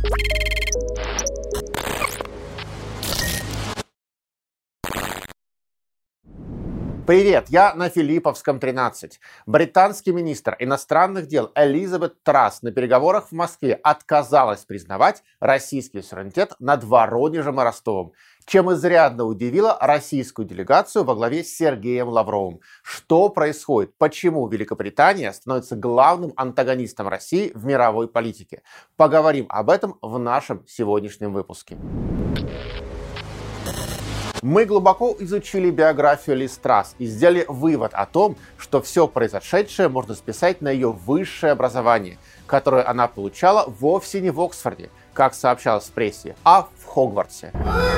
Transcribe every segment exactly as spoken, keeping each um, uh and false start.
Привет, я на Филипповском тринадцать. Британский министр иностранных дел Элизабет Трасс на переговорах в Москве отказалась признавать российский суверенитет над Воронежем и Ростовом, чем изрядно удивила российскую делегацию во главе с Сергеем Лавровым. Что происходит? Почему Великобритания становится главным антагонистом России в мировой политике? Поговорим об этом в нашем сегодняшнем выпуске. Мы глубоко изучили биографию Лиз Трасс и сделали вывод о том, что все произошедшее можно списать на ее высшее образование, которое она получала вовсе не в Оксфорде, как сообщалось в прессе, а в Хогвартсе.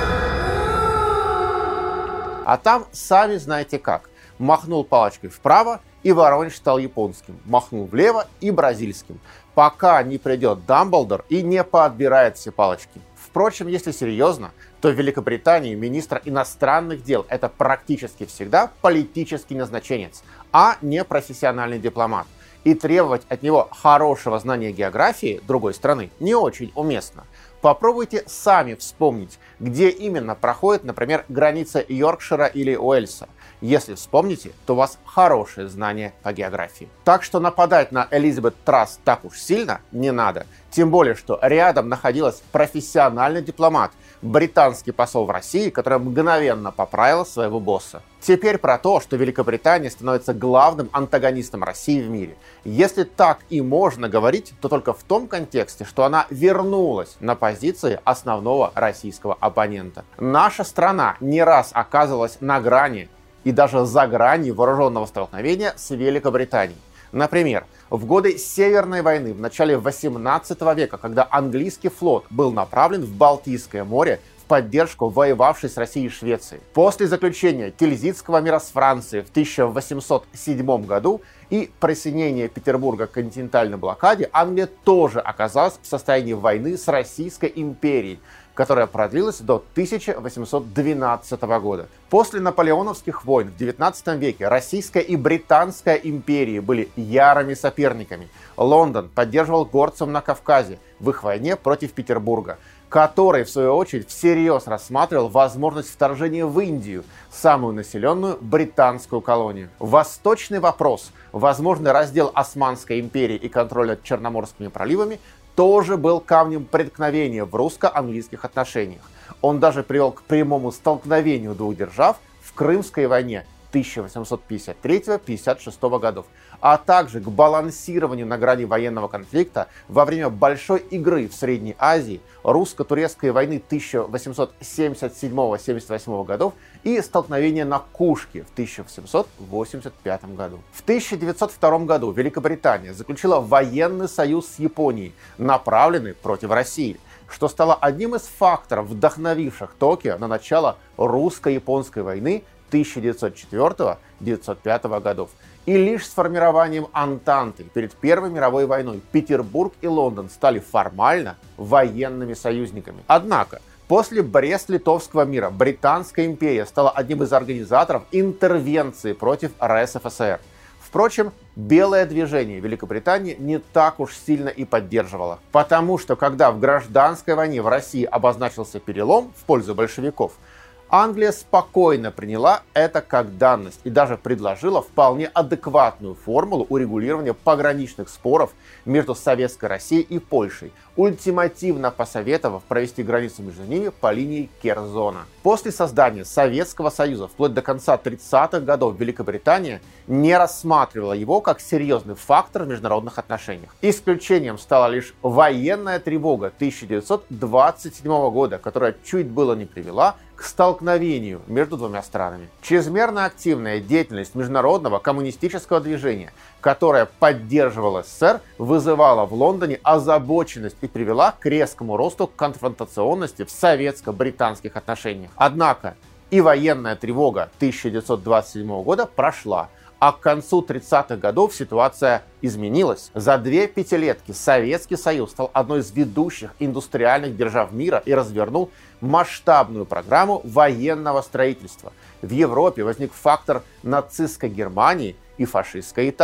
А там сами знаете как. Махнул палочкой вправо, и Воронеж стал японским. Махнул влево и бразильским. Пока не придет Дамблдор и не поотбирает все палочки. Впрочем, если серьезно, то в Великобритании министр иностранных дел – это практически всегда политический назначенец, а не профессиональный дипломат. И требовать от него хорошего знания географии другой страны не очень уместно. Попробуйте сами вспомнить, где именно проходит, например, граница Йоркшира или Уэльса. Если вспомните, то у вас хорошее знание по географии. Так что нападать на Элизабет Трасс так уж сильно не надо. Тем более, что рядом находилась профессиональный дипломат, британский посол в России, который мгновенно поправил своего босса. Теперь про то, что Великобритания становится главным антагонистом России в мире. Если так и можно говорить, то только в том контексте, что она вернулась на позиции основного российского оппонента. Наша страна не раз оказывалась на грани и даже за гранью вооруженного столкновения с Великобританией. Например, в годы Северной войны в начале восемнадцатого века, когда английский флот был направлен в Балтийское море в поддержку воевавшей с Россией Швеции. После заключения Тильзитского мира с Францией в тысяча восемьсот седьмом году и присоединения Петербурга к континентальной блокаде, Англия тоже оказалась в состоянии войны с Российской империей, которая продлилась до тысяча восемьсот двенадцатого года. После наполеоновских войн в девятнадцатом веке Российская и Британская империи были ярыми соперниками. Лондон поддерживал горцев на Кавказе в их войне против Петербурга, который, в свою очередь, всерьез рассматривал возможность вторжения в Индию, самую населенную британскую колонию. Восточный вопрос, возможный раздел Османской империи и контроль над Черноморскими проливами, тоже был камнем преткновения в русско-английских отношениях. Он даже привел к прямому столкновению двух держав в Крымской войне тысяча восемьсот пятьдесят третьего — пятьдесят шестого годов, а также к балансированию на грани военного конфликта во время Большой игры в Средней Азии, русско-турецкой войны тысяча восемьсот семьдесят седьмого — семьдесят восьмого годов и столкновения на Кушке в тысяча восемьсот восемьдесят пятом году. В тысяча девятьсот втором году Великобритания заключила военный союз с Японией, направленный против России, что стало одним из факторов, вдохновивших Токио на начало русско-японской войны тысяча девятьсот четвёртого — девятьсот пятого годов. И лишь с формированием Антанты перед Первой мировой войной Петербург и Лондон стали формально военными союзниками. Однако, после Брест-Литовского мира Британская империя стала одним из организаторов интервенции против эр эс эф эс эр. Впрочем, белое движение Великобритании не так уж сильно и поддерживало. Потому что, когда в гражданской войне в России обозначился перелом в пользу большевиков, Англия спокойно приняла это как данность и даже предложила вполне адекватную формулу урегулирования пограничных споров между Советской Россией и Польшей, ультимативно посоветовав провести границу между ними по линии Керзона. После создания Советского Союза вплоть до конца тридцатых годов Великобритания не рассматривала его как серьезный фактор в международных отношениях. Исключением стала лишь военная тревога тысяча девятьсот двадцать седьмого года, которая чуть было не привела к столкновению между двумя странами. Чрезмерно активная деятельность международного коммунистического движения, которая поддерживала эс эс эс эр, вызывала в Лондоне озабоченность и привела к резкому росту конфронтационности в советско-британских отношениях. Однако и военная тревога тысяча девятьсот двадцать седьмого года прошла, а к концу тридцатых годов ситуация изменилась. За две пятилетки Советский Союз стал одной из ведущих индустриальных держав мира и развернул масштабную программу военного строительства. В Европе возник фактор нацистской Германии и фашистской Италии.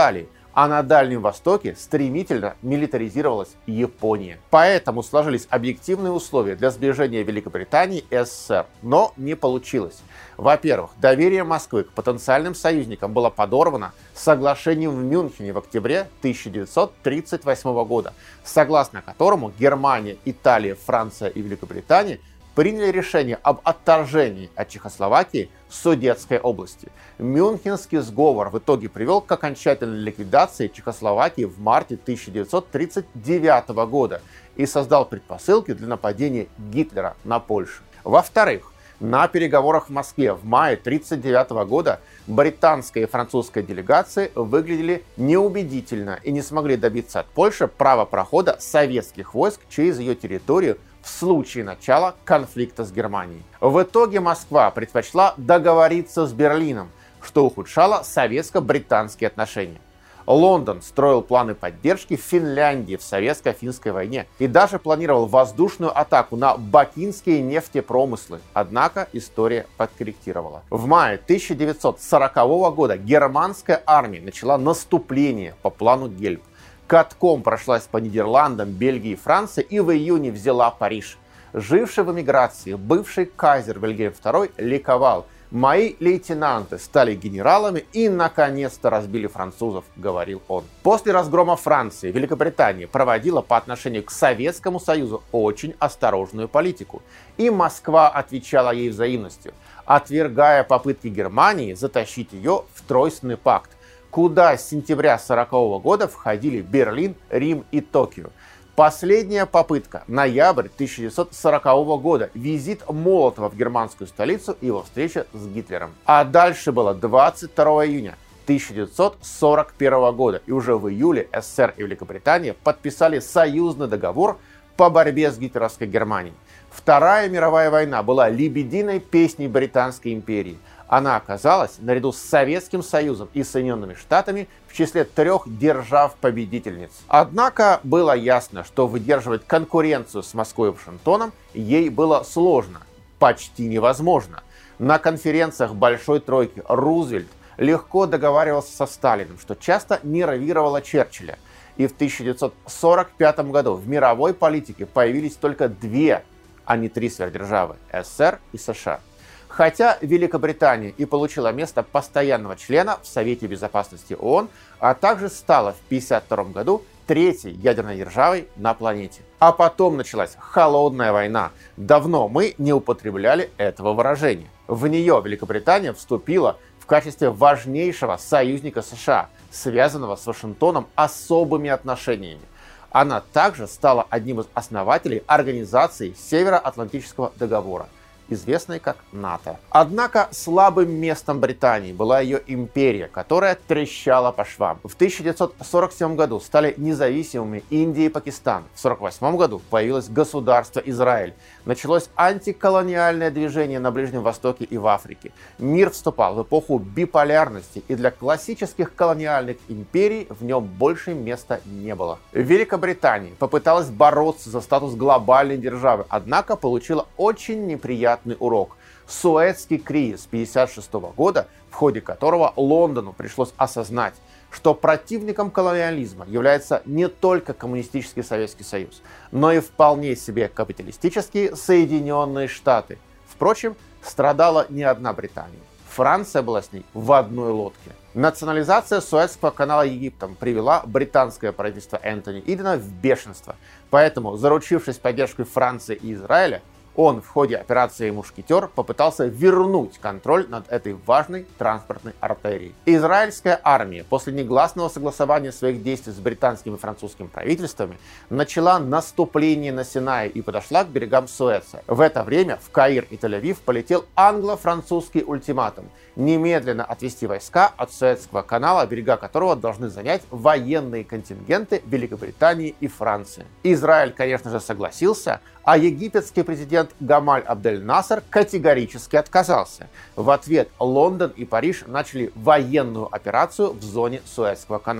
а на Дальнем Востоке стремительно милитаризировалась Япония. Поэтому сложились объективные условия для сближения Великобритании и СССР, но не получилось. Во-первых, доверие Москвы к потенциальным союзникам было подорвано соглашением в Мюнхене в октябре тысяча девятьсот тридцать восьмого года, согласно которому Германия, Италия, Франция и Великобритания приняли решение об отторжении от Чехословакии Судетской области. Мюнхенский сговор в итоге привел к окончательной ликвидации Чехословакии в марте тысяча девятьсот тридцать девятого года и создал предпосылки для нападения Гитлера на Польшу. Во-вторых, на переговорах в Москве в мае тысяча девятьсот тридцать девятого года британская и французская делегации выглядели неубедительно и не смогли добиться от Польши права прохода советских войск через ее территорию в случае начала конфликта с Германией. В итоге Москва предпочла договориться с Берлином, что ухудшало советско-британские отношения. Лондон строил планы поддержки Финляндии в советско-финской войне и даже планировал воздушную атаку на бакинские нефтепромыслы. Однако история подкорректировала. В мае тысяча девятьсот сорокового года германская армия начала наступление по плану Гельб. Катком прошлась по Нидерландам, Бельгии и Франции и в июне взяла Париж. Живший в эмиграции бывший кайзер Вильгельм второй ликовал. «Мои лейтенанты стали генералами и наконец-то разбили французов», — говорил он. После разгрома Франции Великобритания проводила по отношению к Советскому Союзу очень осторожную политику. И Москва отвечала ей взаимностью, отвергая попытки Германии затащить ее в Тройственный пакт, куда с сентября сорокового года входили Берлин, Рим и Токио. Последняя попытка – ноябрь тысяча девятьсот сорокового года, визит Молотова в германскую столицу и его встреча с Гитлером. А дальше было двадцать второго июня тысяча девятьсот сорок первого года, и уже в июле СССР и Великобритания подписали союзный договор по борьбе с гитлеровской Германией. Вторая мировая война была лебединой песней Британской империи. Она оказалась, наряду с Советским Союзом и Соединенными Штатами, в числе трех держав-победительниц. Однако было ясно, что выдерживать конкуренцию с Москвой и Вашингтоном ей было сложно, почти невозможно. На конференциях Большой Тройки Рузвельт легко договаривался со Сталиным, что часто нервировало Черчилля. И в тысяча девятьсот сорок пятом году в мировой политике появились только две, а не три сверхдержавы – СССР и США. Хотя Великобритания и получила место постоянного члена в Совете Безопасности ООН, а также стала в тысяча девятьсот пятьдесят втором году третьей ядерной державой на планете. А потом началась холодная война. Давно мы не употребляли этого выражения. В нее Великобритания вступила в качестве важнейшего союзника США, связанного с Вашингтоном особыми отношениями. Она также стала одним из основателей Организации Североатлантического договора, известной как НАТО. Однако слабым местом Британии была ее империя, которая трещала по швам. В тысяча девятьсот сорок седьмом году стали независимыми Индия и Пакистан. В сорок восьмом году появилось государство Израиль. Началось антиколониальное движение на Ближнем Востоке и в Африке. Мир вступал в эпоху биполярности, и для классических колониальных империй в нем больше места не было. Великобритания попыталась бороться за статус глобальной державы, однако получила очень неприятный урок. Суэцкий кризис тысяча девятьсот пятьдесят шестого года, в ходе которого Лондону пришлось осознать, что противником колониализма является не только коммунистический Советский Союз, но и вполне себе капиталистические Соединенные Штаты. Впрочем, страдала не одна Британия. Франция была с ней в одной лодке. Национализация Суэцкого канала Египтом привела британское правительство Энтони Идена в бешенство. Поэтому, заручившись поддержкой Франции и Израиля, он в ходе операции «Мушкетер» попытался вернуть контроль над этой важной транспортной артерией. Израильская армия после негласного согласования своих действий с британским и французским правительствами начала наступление на Синай и подошла к берегам Суэца. В это время в Каир и Тель-Авив полетел англо-французский ультиматум – немедленно отвести войска от Суэцкого канала, берега которого должны занять военные контингенты Великобритании и Франции. Израиль, конечно же, согласился, а египетский президент Гамаль Абдель-Насер категорически отказался. В ответ Лондон и Париж начали военную операцию в зоне Суэцкого канала.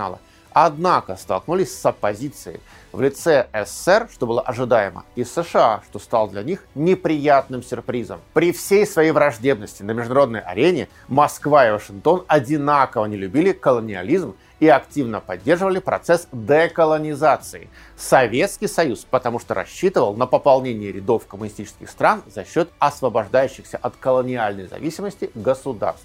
Однако столкнулись с оппозицией в лице СССР, что было ожидаемо, и США, что стало для них неприятным сюрпризом. При всей своей враждебности на международной арене Москва и Вашингтон одинаково не любили колониализм и активно поддерживали процесс деколонизации. Советский Союз, потому что рассчитывал на пополнение рядов коммунистических стран за счет освобождающихся от колониальной зависимости государств.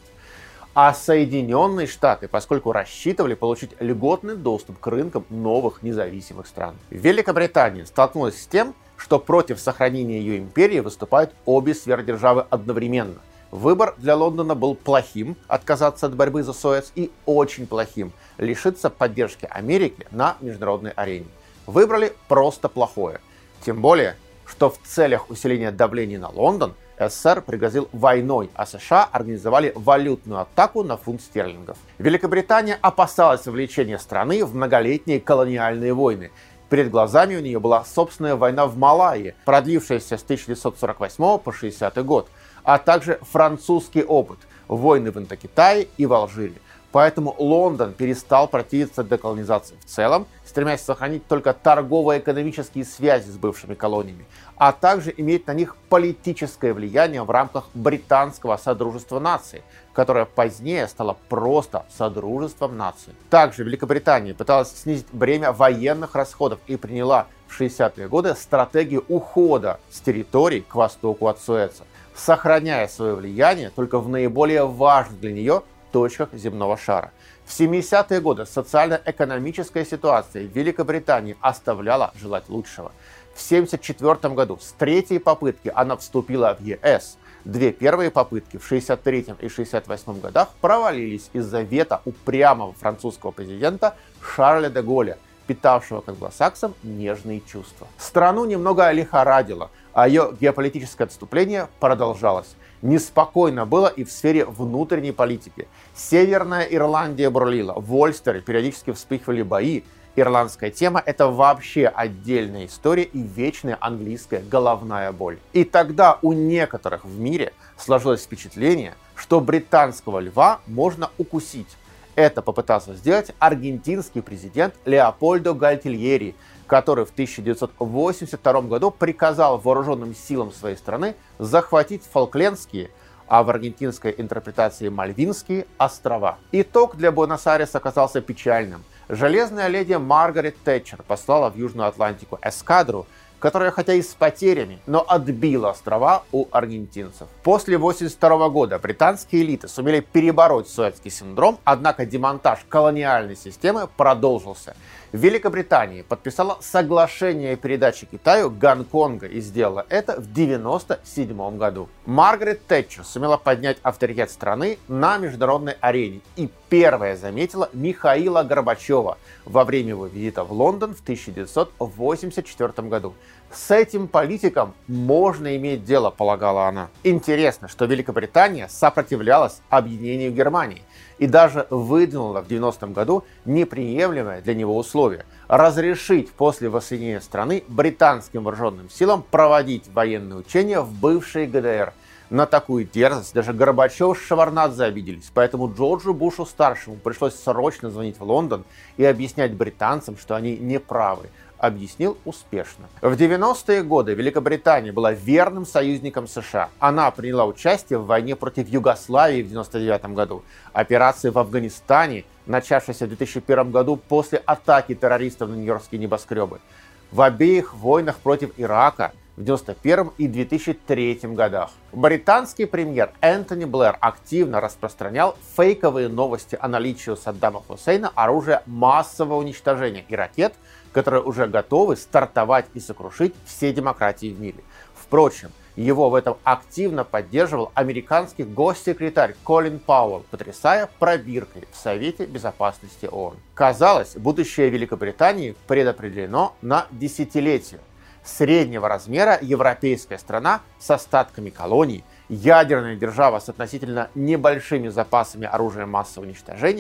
А Соединенные Штаты, поскольку рассчитывали получить льготный доступ к рынкам новых независимых стран. Великобритания столкнулась с тем, что против сохранения ее империи выступают обе сверхдержавы одновременно. Выбор для Лондона был плохим – отказаться от борьбы за Суэц, и очень плохим – лишиться поддержки Америки на международной арене. Выбрали просто плохое. Тем более, что в целях усиления давления на Лондон СССР пригрозил войной, а США организовали валютную атаку на фунт стерлингов. Великобритания опасалась вовлечения страны в многолетние колониальные войны. Перед глазами у нее была собственная война в Малайи, продлившаяся с тысяча девятьсот сорок восьмого по шестидесятый год, а также французский опыт – войны в Индокитае и в Алжире. Поэтому Лондон перестал противиться деколонизации в целом, стремясь сохранить только торгово-экономические связи с бывшими колониями, а также иметь на них политическое влияние в рамках британского Содружества наций, которое позднее стало просто Содружеством наций. Также Великобритания пыталась снизить бремя военных расходов и приняла в шестидесятые годы стратегию ухода с территорий к востоку от Суэца, сохраняя свое влияние только в наиболее важных для нее точках земного шара. В семидесятые годы социально-экономическая ситуация в Великобритании оставляла желать лучшего. В семьдесят четвёртом году с третьей попытки она вступила в ЕС. Две первые попытки в шестьдесят третьем и шестьдесят восьмом годах провалились из-за вето упрямого французского президента Шарля де Голля, питавшего к англосаксам нежные чувства. Страну немного лихорадило, а ее геополитическое отступление продолжалось. Неспокойно было и в сфере внутренней политики. Северная Ирландия бурлила, в Ольстере периодически вспыхивали бои. Ирландская тема – это вообще отдельная история и вечная английская головная боль. И тогда у некоторых в мире сложилось впечатление, что британского льва можно укусить. Это попытался сделать аргентинский президент Леопольдо Гальтильери, который в тысяча девятьсот восемьдесят втором году приказал вооруженным силам своей страны захватить Фолклендские, а в аргентинской интерпретации Мальвинские острова. Итог для Буэнос-Айреса оказался печальным. Железная леди Маргарет Тэтчер послала в Южную Атлантику эскадру, которая хотя и с потерями, но отбила острова у аргентинцев. После восемьдесят второго года британские элиты сумели перебороть Суэцкий синдром, однако демонтаж колониальной системы продолжился. Великобритания подписала соглашение о передаче Китаю Гонконга и сделала это в девяносто седьмом году. Маргарет Тэтчер сумела поднять авторитет страны на международной арене и первая заметила Михаила Горбачева во время его визита в Лондон в тысяча девятьсот восемьдесят четвёртом году. С этим политиком можно иметь дело, полагала она. Интересно, что Великобритания сопротивлялась объединению Германии и даже выдвинула в девяностом году неприемлемое для него условие – разрешить после воссоединения страны британским вооруженным силам проводить военные учения в бывшей ГДР. На такую дерзость даже Горбачев с Шеварднадзе обиделись, поэтому Джорджу Бушу-старшему пришлось срочно звонить в Лондон и объяснять британцам, что они не правы. Объяснил успешно. В девяностые годы Великобритания была верным союзником США. Она приняла участие в войне против Югославии в девяносто девятом году, операции в Афганистане, начавшейся в две тысячи первом году после атаки террористов на нью-йоркские небоскребы, в обеих войнах против Ирака в девяносто первом и две тысячи третьем годах. Британский премьер Энтони Блэр активно распространял фейковые новости о наличии у Саддама Хусейна оружия массового уничтожения и ракет, которые уже готовы стартовать и сокрушить все демократии в мире. Впрочем, его в этом активно поддерживал американский госсекретарь Колин Пауэлл, потрясая пробиркой в Совете Безопасности ООН. Казалось, будущее Великобритании предопределено на десятилетия. Среднего размера европейская страна с остатками колоний, ядерная держава с относительно небольшими запасами оружия массового уничтожения –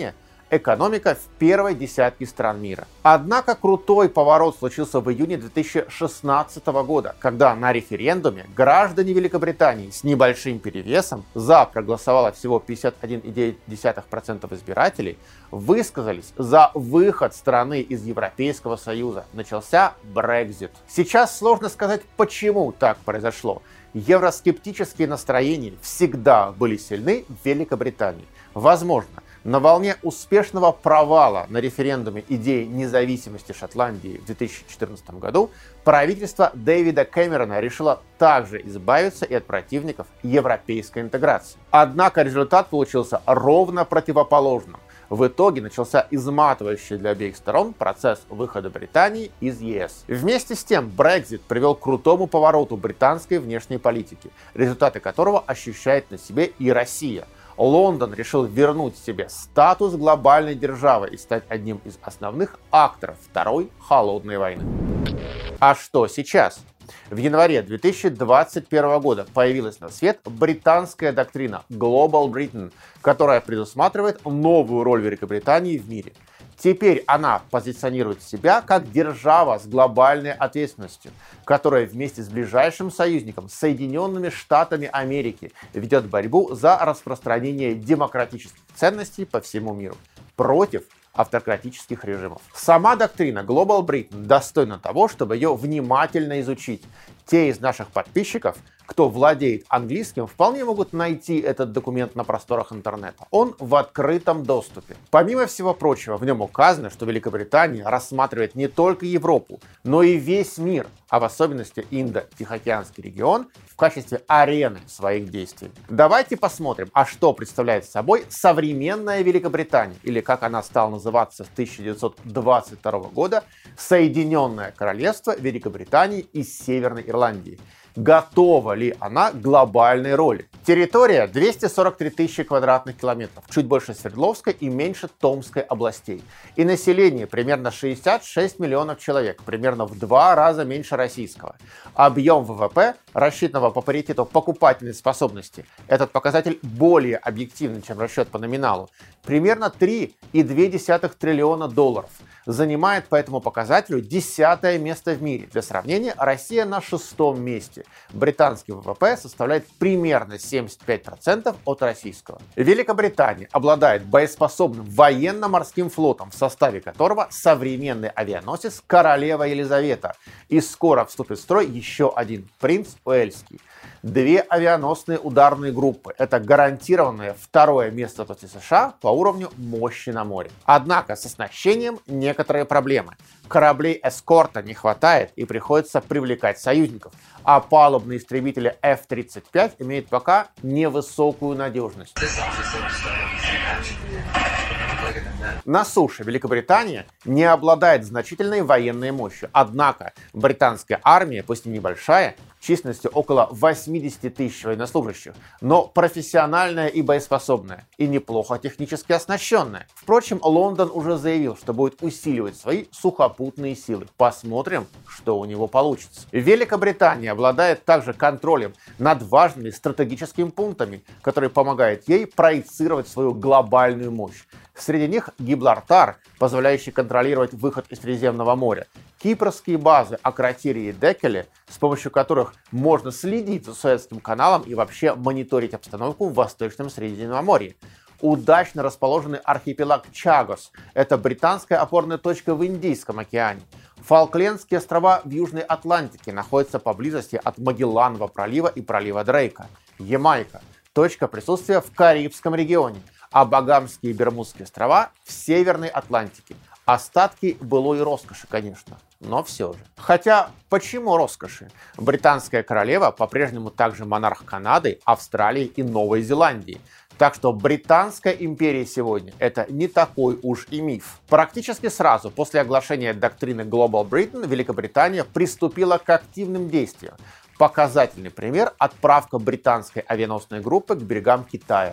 экономика в первой десятке стран мира. Однако крутой поворот случился в июне две тысячи шестнадцатого года, когда на референдуме граждане Великобритании с небольшим перевесом, за проголосовало всего пятьдесят один и девять десятых процента избирателей, высказались за выход страны из Европейского Союза. Начался Brexit. Сейчас сложно сказать, почему так произошло. Евроскептические настроения всегда были сильны в Великобритании. Возможно, на волне успешного провала на референдуме идеи независимости Шотландии в две тысячи четырнадцатом году правительство Дэвида Кэмерона решило также избавиться и от противников европейской интеграции. Однако результат получился ровно противоположным. В итоге начался изматывающий для обеих сторон процесс выхода Британии из ЕС. Вместе с тем, Brexit привел к крутому повороту британской внешней политики, результаты которого ощущает на себе и Россия. Лондон решил вернуть себе статус глобальной державы и стать одним из основных акторов Второй холодной войны. А что сейчас? В январе две тысячи двадцать первого года появилась на свет британская доктрина Global Britain, которая предусматривает новую роль Великобритании в мире. Теперь она позиционирует себя как держава с глобальной ответственностью, которая вместе с ближайшим союзником, Соединенными Штатами Америки, ведет борьбу за распространение демократических ценностей по всему миру против автократических режимов. Сама доктрина Global Britain достойна того, чтобы ее внимательно изучить. Те из наших подписчиков, кто владеет английским, вполне могут найти этот документ на просторах интернета. Он в открытом доступе. Помимо всего прочего, в нем указано, что Великобритания рассматривает не только Европу, но и весь мир, а в особенности Индо-Тихоокеанский регион, в качестве арены своих действий. Давайте посмотрим, а что представляет собой современная Великобритания, или как она стала называться с тысяча девятьсот двадцать второго года, Соединенное Королевство Великобритании и Северной Ирландии. Готова ли она к глобальной роли? Территория двести сорок три тысячи квадратных километров, чуть больше Свердловской и меньше Томской областей. И население примерно шестьдесят шесть миллионов человек, примерно в два раза меньше российского. Объем ВВП, рассчитанного по паритету покупательной способности, этот показатель более объективный, чем расчет по номиналу, примерно три и две десятых триллиона долларов. Занимает по этому показателю десятое место в мире. Для сравнения, Россия на шестом месте. Британский ВВП составляет примерно семьдесят пять процентов от российского. Великобритания обладает боеспособным военно-морским флотом, в составе которого современный авианосец «Королева Елизавета». И скоро вступит в строй еще один «Принц Уэльский». Две авианосные ударные группы. Это гарантированное второе место после США по уровню мощи на море. Однако с оснащением некоторые проблемы. Кораблей эскорта не хватает и приходится привлекать союзников, а палубные истребители эф тридцать пять имеют пока невысокую надежность. На суше Великобритания не обладает значительной военной мощью, однако британская армия, пусть и небольшая, численностью около восьмидесяти тысяч военнослужащих, но профессиональная и боеспособная, и неплохо технически оснащенная. Впрочем, Лондон уже заявил, что будет усиливать свои сухопутные силы. Посмотрим, что у него получится. Великобритания обладает также контролем над важными стратегическими пунктами, которые помогают ей проецировать свою глобальную мощь. Среди них Гибралтар, позволяющий контролировать выход из Средиземного моря, кипрские базы Акротире и Декеле, с помощью которых можно следить за Суэцким каналом и вообще мониторить обстановку в Восточном Средиземноморье. Удачно расположенный архипелаг Чагос – это британская опорная точка в Индийском океане. Фолклендские острова в Южной Атлантике находятся поблизости от Магелланова пролива и пролива Дрейка. Ямайка – точка присутствия в Карибском регионе, а Багамские и Бермудские острова в Северной Атлантике. Остатки былой роскоши, конечно, но все же. Хотя, почему роскоши? Британская королева по-прежнему также монарх Канады, Австралии и Новой Зеландии. Так что Британская империя сегодня – это не такой уж и миф. Практически сразу после оглашения доктрины Global Britain Великобритания приступила к активным действиям. Показательный пример – отправка британской авианосной группы к берегам Китая.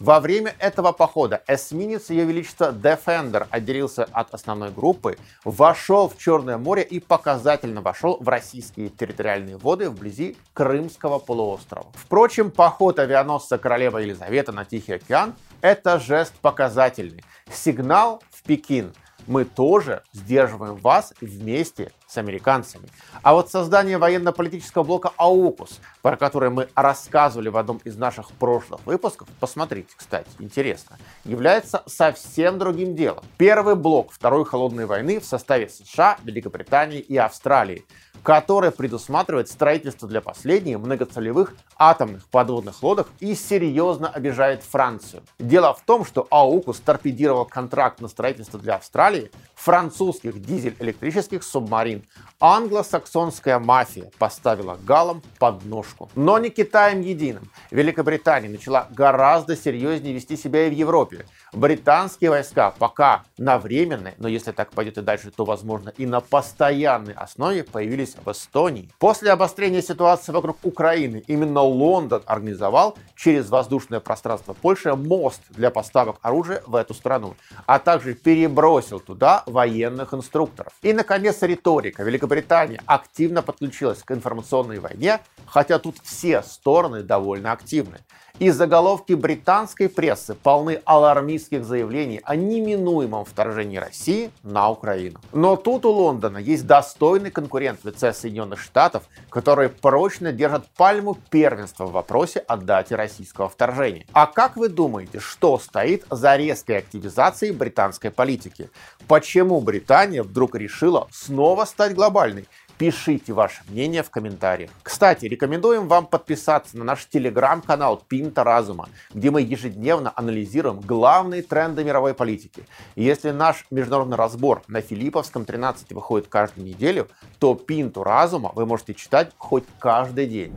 Во время этого похода эсминец Ее Величества Defender отделился от основной группы, вошел в Черное море и показательно вошел в российские территориальные воды вблизи Крымского полуострова. Впрочем, поход авианосца королева Елизавета на Тихий океан – это жест показательный. Сигнал в Пекин: мы тоже сдерживаем вас вместе с американцами. А вот создание военно-политического блока AUKUS, про который мы рассказывали в одном из наших прошлых выпусков, посмотрите, кстати, интересно, является совсем другим делом. Первый блок Второй холодной войны в составе США, Великобритании и Австралии, который предусматривает строительство для последней многоцелевых атомных подводных лодок и серьезно обижает Францию. Дело в том, что AUKUS торпедировал контракт на строительство для Австралии французских дизель-электрических субмарин. Англосаксонская мафия поставила галам подножку. Но не Китаем единым. Великобритания начала гораздо серьезнее вести себя и в Европе. Британские войска пока на временной, но если так пойдет и дальше, то, возможно, и на постоянной основе появились в Эстонии. После обострения ситуации вокруг Украины именно Лондон организовал через воздушное пространство Польши мост для поставок оружия в эту страну, а также перебросил туда военных инструкторов. И, наконец, риторика. Великобритания активно подключилась к информационной войне, хотя тут все стороны довольно активны. И заголовки британской прессы полны алармистских заявлений о неминуемом вторжении России на Украину. Но тут у Лондона есть достойный конкурент в лице Соединенных Штатов, которые прочно держат пальму первенства в вопросе о дате российского вторжения. А как вы думаете, что стоит за резкой активизацией британской политики? Почему Британия вдруг решила снова стать глобальной? Пишите ваше мнение в комментариях. Кстати, рекомендуем вам подписаться на наш телеграм-канал Пинта Разума, где мы ежедневно анализируем главные тренды мировой политики. И если наш международный разбор на Филипповском тринадцать выходит каждую неделю, то Пинту Разума вы можете читать хоть каждый день.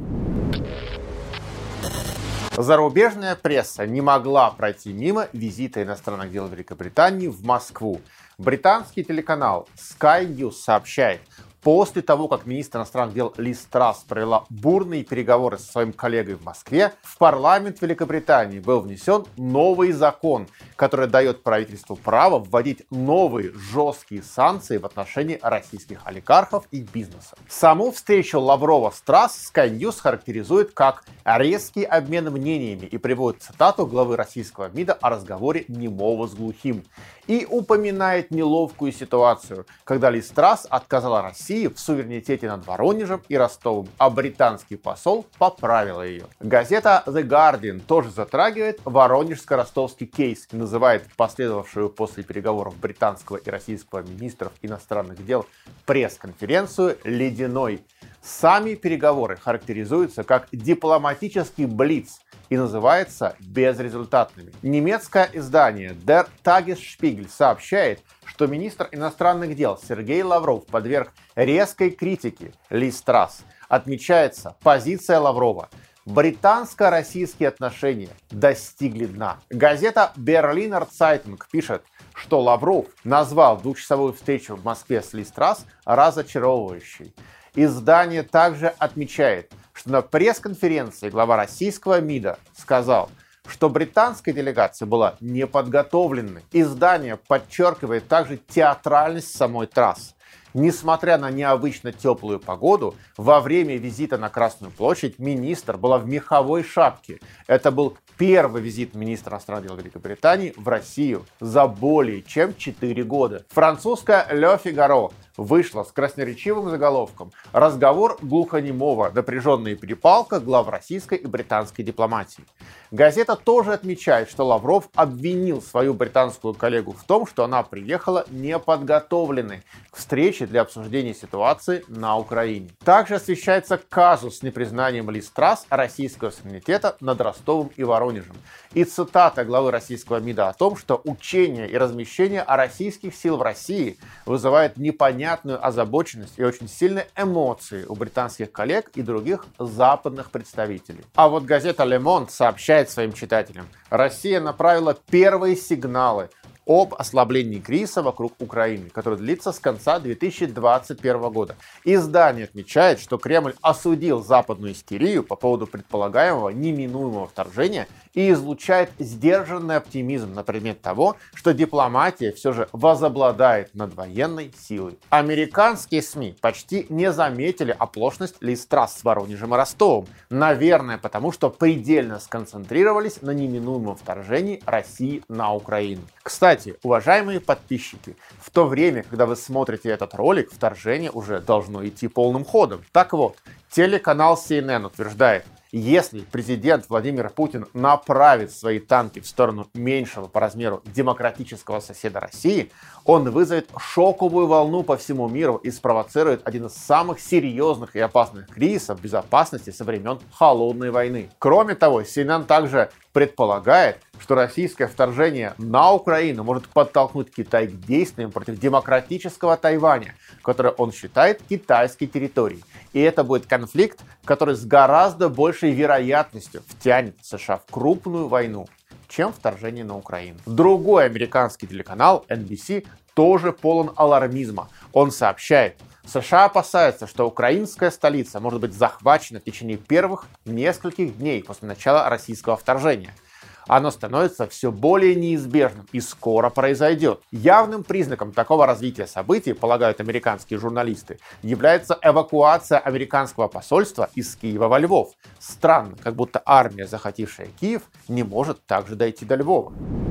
Зарубежная пресса не могла пройти мимо визита иностранных дел Великобритании в Москву. Британский телеканал Sky News сообщает: после того, как министр иностранных дел Лиз Трасс провела бурные переговоры со своим коллегой в Москве, в парламент Великобритании был внесен новый закон, который дает правительству право вводить новые жесткие санкции в отношении российских олигархов и бизнеса. Саму встречу Лаврова с Трасс Sky News характеризует как резкий обмен мнениями и приводит цитату главы российского МИДа о разговоре немого с глухим. И упоминает неловкую ситуацию, когда Лиз Трасс отказала России в суверенитете над Воронежем и Ростовом, а британский посол поправила ее. Газета The Guardian тоже затрагивает воронежско-ростовский кейс и называет последовавшую после переговоров британского и российского министров иностранных дел пресс-конференцию ледяной. Сами переговоры характеризуются как дипломатический блиц и называются безрезультатными. Немецкое издание Der Tagesspiegel сообщает, что министр иностранных дел Сергей Лавров подверг резкой критике Лиз Трасс. Отмечается позиция Лаврова: британско-российские отношения достигли дна. Газета Berliner Zeitung пишет, что Лавров назвал двухчасовую встречу в Москве с Лиз Трасс разочаровывающей. Издание также отмечает, что на пресс-конференции глава российского МИДа сказал, что британская делегация была неподготовленной. Издание подчеркивает также театральность самой Трасс. Несмотря на необычно теплую погоду, во время визита на Красную площадь министр была в меховой шапке. Это был первый визит министра иностранных дел Великобритании в Россию за более чем четыре года. Французская Le Figaro вышла с красноречивым заголовком «Разговор глухонемого. Напряженная перепалка глав российской и британской дипломатии». Газета тоже отмечает, что Лавров обвинил свою британскую коллегу в том, что она приехала неподготовленной к встрече для обсуждения ситуации на Украине. Также освещается казус с непризнанием Лиз Трасс российского суверенитета над Ростовом и Воронежем. И цитата главы российского МИДа о том, что учение и размещение российских сил в России вызывает непонятную озабоченность и очень сильные эмоции у британских коллег и других западных представителей. А вот газета Le Monde сообщает своим читателям: Россия направила первые сигналы об ослаблении кризиса вокруг Украины, который длится с конца две тысячи двадцать первого года. Издание отмечает, что Кремль осудил западную истерию по поводу предполагаемого неминуемого вторжения и излучает сдержанный оптимизм на предмет того, что дипломатия все же возобладает над военной силой. Американские СМИ почти не заметили оплошность Ли Страс с Воронежем и Ростовом, наверное, потому что предельно сконцентрировались на неминуемом вторжении России на Украину. Кстати, уважаемые подписчики, в то время, когда вы смотрите этот ролик, вторжение уже должно идти полным ходом. Так вот, телеканал Си Эн Эн утверждает, если президент Владимир Путин направит свои танки в сторону меньшего по размеру демократического соседа России, он вызовет шоковую волну по всему миру и спровоцирует один из самых серьезных и опасных кризисов безопасности со времен Холодной войны. Кроме того, Си Эн Эн также предполагает, что российское вторжение на Украину может подтолкнуть Китай к действиям против демократического Тайваня, который он считает китайской территорией. И это будет конфликт, который с гораздо большей вероятностью втянет США в крупную войну, чем вторжение на Украину. Другой американский телеканал Эн Би Си тоже полон алармизма. Он сообщает, США опасаются, что украинская столица может быть захвачена в течение первых нескольких дней после начала российского вторжения. Оно становится все более неизбежным и скоро произойдет. Явным признаком такого развития событий, полагают американские журналисты, является эвакуация американского посольства из Киева во Львов. Странно, как будто армия, захватившая Киев, не может также дойти до Львова.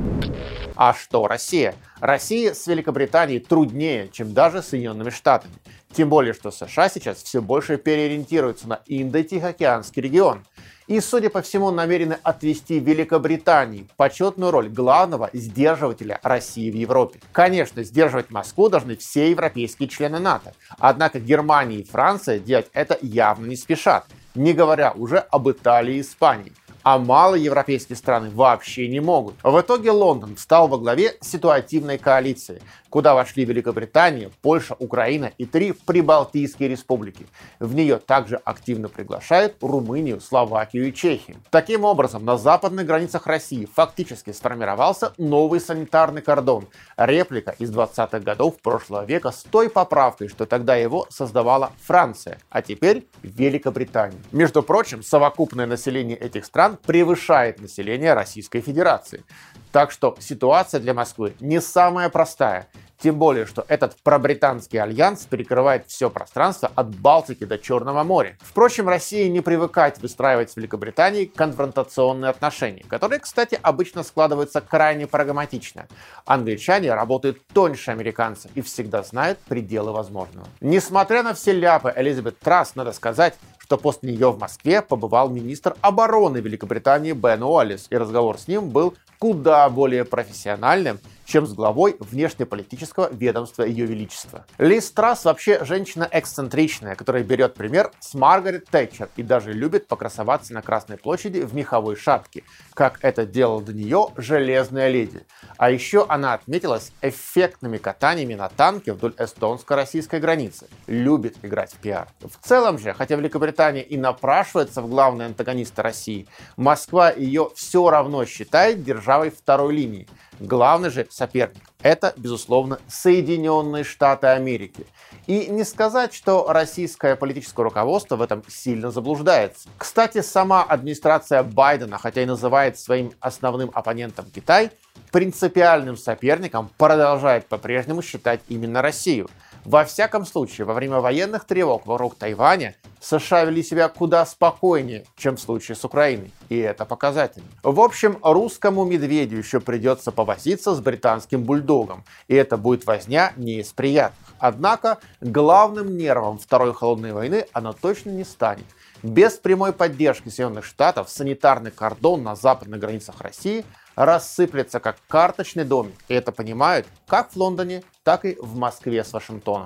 А что Россия? России с Великобританией труднее, чем даже с Соединенными Штатами. Тем более, что США сейчас все больше переориентируются на Индо-Тихоокеанский регион. И, судя по всему, намерены отвести Великобритании почетную роль главного сдерживателя России в Европе. Конечно, сдерживать Москву должны все европейские члены НАТО. Однако Германия и Франция делать это явно не спешат, не говоря уже об Италии и Испании. А малые европейские страны вообще не могут. В итоге Лондон встал во главе ситуативной коалиции, куда вошли Великобритания, Польша, Украина и три прибалтийские республики. В нее также активно приглашают Румынию, Словакию и Чехию. Таким образом, на западных границах России фактически сформировался новый санитарный кордон, реплика из двадцатых годов прошлого века с той поправкой, что тогда его создавала Франция, а теперь Великобритания. Между прочим, совокупное население этих стран превышает население Российской Федерации. Так что ситуация для Москвы не самая простая. Тем более, что этот пробританский альянс перекрывает все пространство от Балтики до Черного моря. Впрочем, России не привыкать выстраивать с Великобританией конфронтационные отношения, которые, кстати, обычно складываются крайне прагматично. Англичане работают тоньше американцев и всегда знают пределы возможного. Несмотря на все ляпы Элизабет Трасс, надо сказать, что после нее в Москве побывал министр обороны Великобритании Бен Уоллес, и разговор с ним был куда более профессиональным, чем с главой внешнеполитического ведомства Ее Величества. Ли Страс вообще женщина эксцентричная, которая берет пример с Маргарет Тэтчер и даже любит покрасоваться на Красной площади в меховой шапке, как это делала до нее железная леди. А еще она отметилась эффектными катаниями на танке вдоль эстонско-российской границы. Любит играть в пиар. В целом же, хотя Великобритания и напрашивается в главные антагонисты России, Москва ее все равно считает державой второй линии. Главный же соперник – это, безусловно, Соединенные Штаты Америки. И не сказать, что российское политическое руководство в этом сильно заблуждается. Кстати, сама администрация Байдена, хотя и называет своим основным оппонентом Китай, принципиальным соперником продолжает по-прежнему считать именно Россию. Во всяком случае, во время военных тревог вокруг Тайваня США вели себя куда спокойнее, чем в случае с Украиной. И это показательно. В общем, русскому медведю еще придется повозиться с британским бульдогом. И это будет возня не из приятных. Однако, главным нервом Второй холодной войны она точно не станет. Без прямой поддержки Соединенных Штатов санитарный кордон на западных границах России рассыплется как карточный домик. И это понимают как в Лондоне, так и в Москве с Вашингтоном.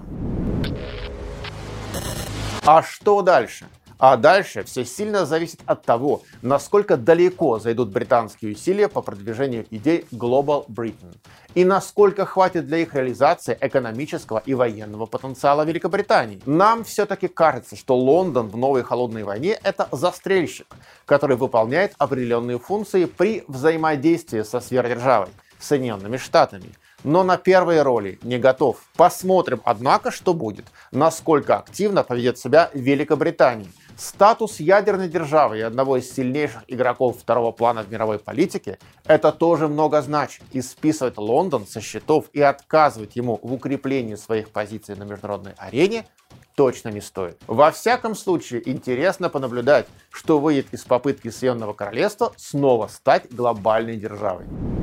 А что дальше? А дальше все сильно зависит от того, насколько далеко зайдут британские усилия по продвижению идей Global Britain и насколько хватит для их реализации экономического и военного потенциала Великобритании. Нам все-таки кажется, что Лондон в новой холодной войне – это застрельщик, который выполняет определенные функции при взаимодействии со сверхдержавой – Соединенными Штатами. Но на первые роли не готов. Посмотрим, однако, что будет, насколько активно поведет себя Великобритания. Статус ядерной державы и одного из сильнейших игроков второго плана в мировой политике – это тоже много значит, и списывать Лондон со счетов и отказывать ему в укреплении своих позиций на международной арене точно не стоит. Во всяком случае, интересно понаблюдать, что выйдет из попытки Соединенного Королевства снова стать глобальной державой.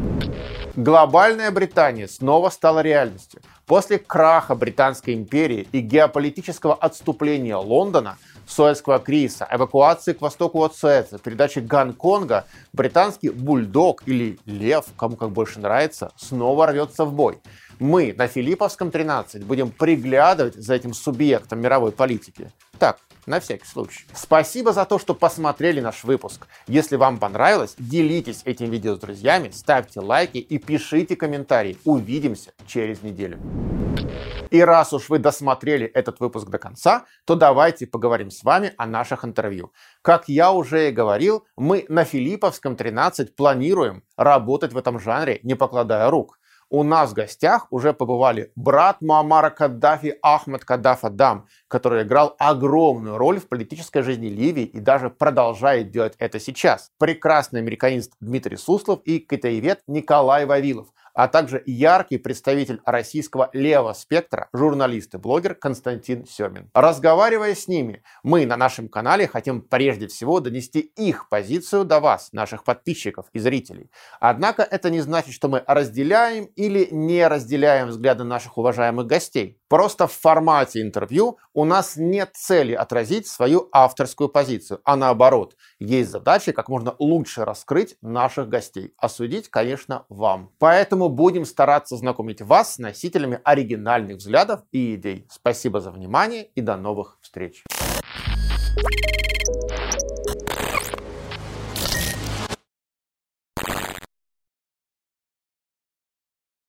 Глобальная Британия снова стала реальностью. После краха Британской империи и геополитического отступления Лондона, Суэцкого кризиса, эвакуации к востоку от Суэца, передачи Гонконга, британский бульдог или лев, кому как больше нравится, снова рвется в бой. Мы на Филипповском тринадцать будем приглядывать за этим субъектом мировой политики. Так, на всякий случай. Спасибо за то, что посмотрели наш выпуск. Если вам понравилось, делитесь этим видео с друзьями, ставьте лайки и пишите комментарии. Увидимся через неделю. И раз уж вы досмотрели этот выпуск до конца, то давайте поговорим с вами о наших интервью. Как я уже и говорил, мы на Филипповском тринадцать планируем работать в этом жанре, не покладая рук. У нас в гостях уже побывали брат Муаммара Каддафи Ахмад Каддаф Адам, который играл огромную роль в политической жизни Ливии и даже продолжает делать это сейчас. Прекрасный американист Дмитрий Суслов и китаевед Николай Вавилов, а также яркий представитель российского левого спектра, журналист и блогер Константин Семин. Разговаривая с ними, мы на нашем канале хотим прежде всего донести их позицию до вас, наших подписчиков и зрителей. Однако это не значит, что мы разделяем или не разделяем взгляды наших уважаемых гостей. Просто в формате интервью у нас нет цели отразить свою авторскую позицию, а наоборот, есть задача как можно лучше раскрыть наших гостей. А судить, конечно, вам. Поэтому будем стараться знакомить вас с носителями оригинальных взглядов и идей. Спасибо за внимание и до новых встреч.